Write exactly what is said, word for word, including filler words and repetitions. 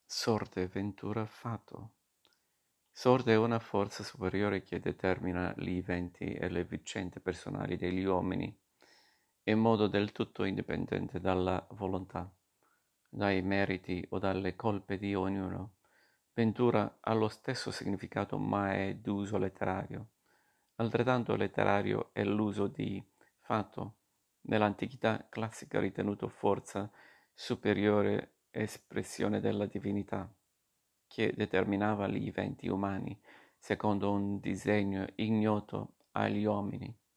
Sorte, ventura, fato. Sorte è una forza superiore che determina gli eventi e le vicende personali degli uomini in modo del tutto indipendente dalla volontà, dai meriti o dalle colpe di ognuno. Ventura ha lo stesso significato ma è d'uso letterario. Altrettanto letterario è l'uso di fato, nell'antichità classica ritenuto forza superiore espressione della divinità, che determinava gli eventi umani secondo un disegno ignoto agli uomini.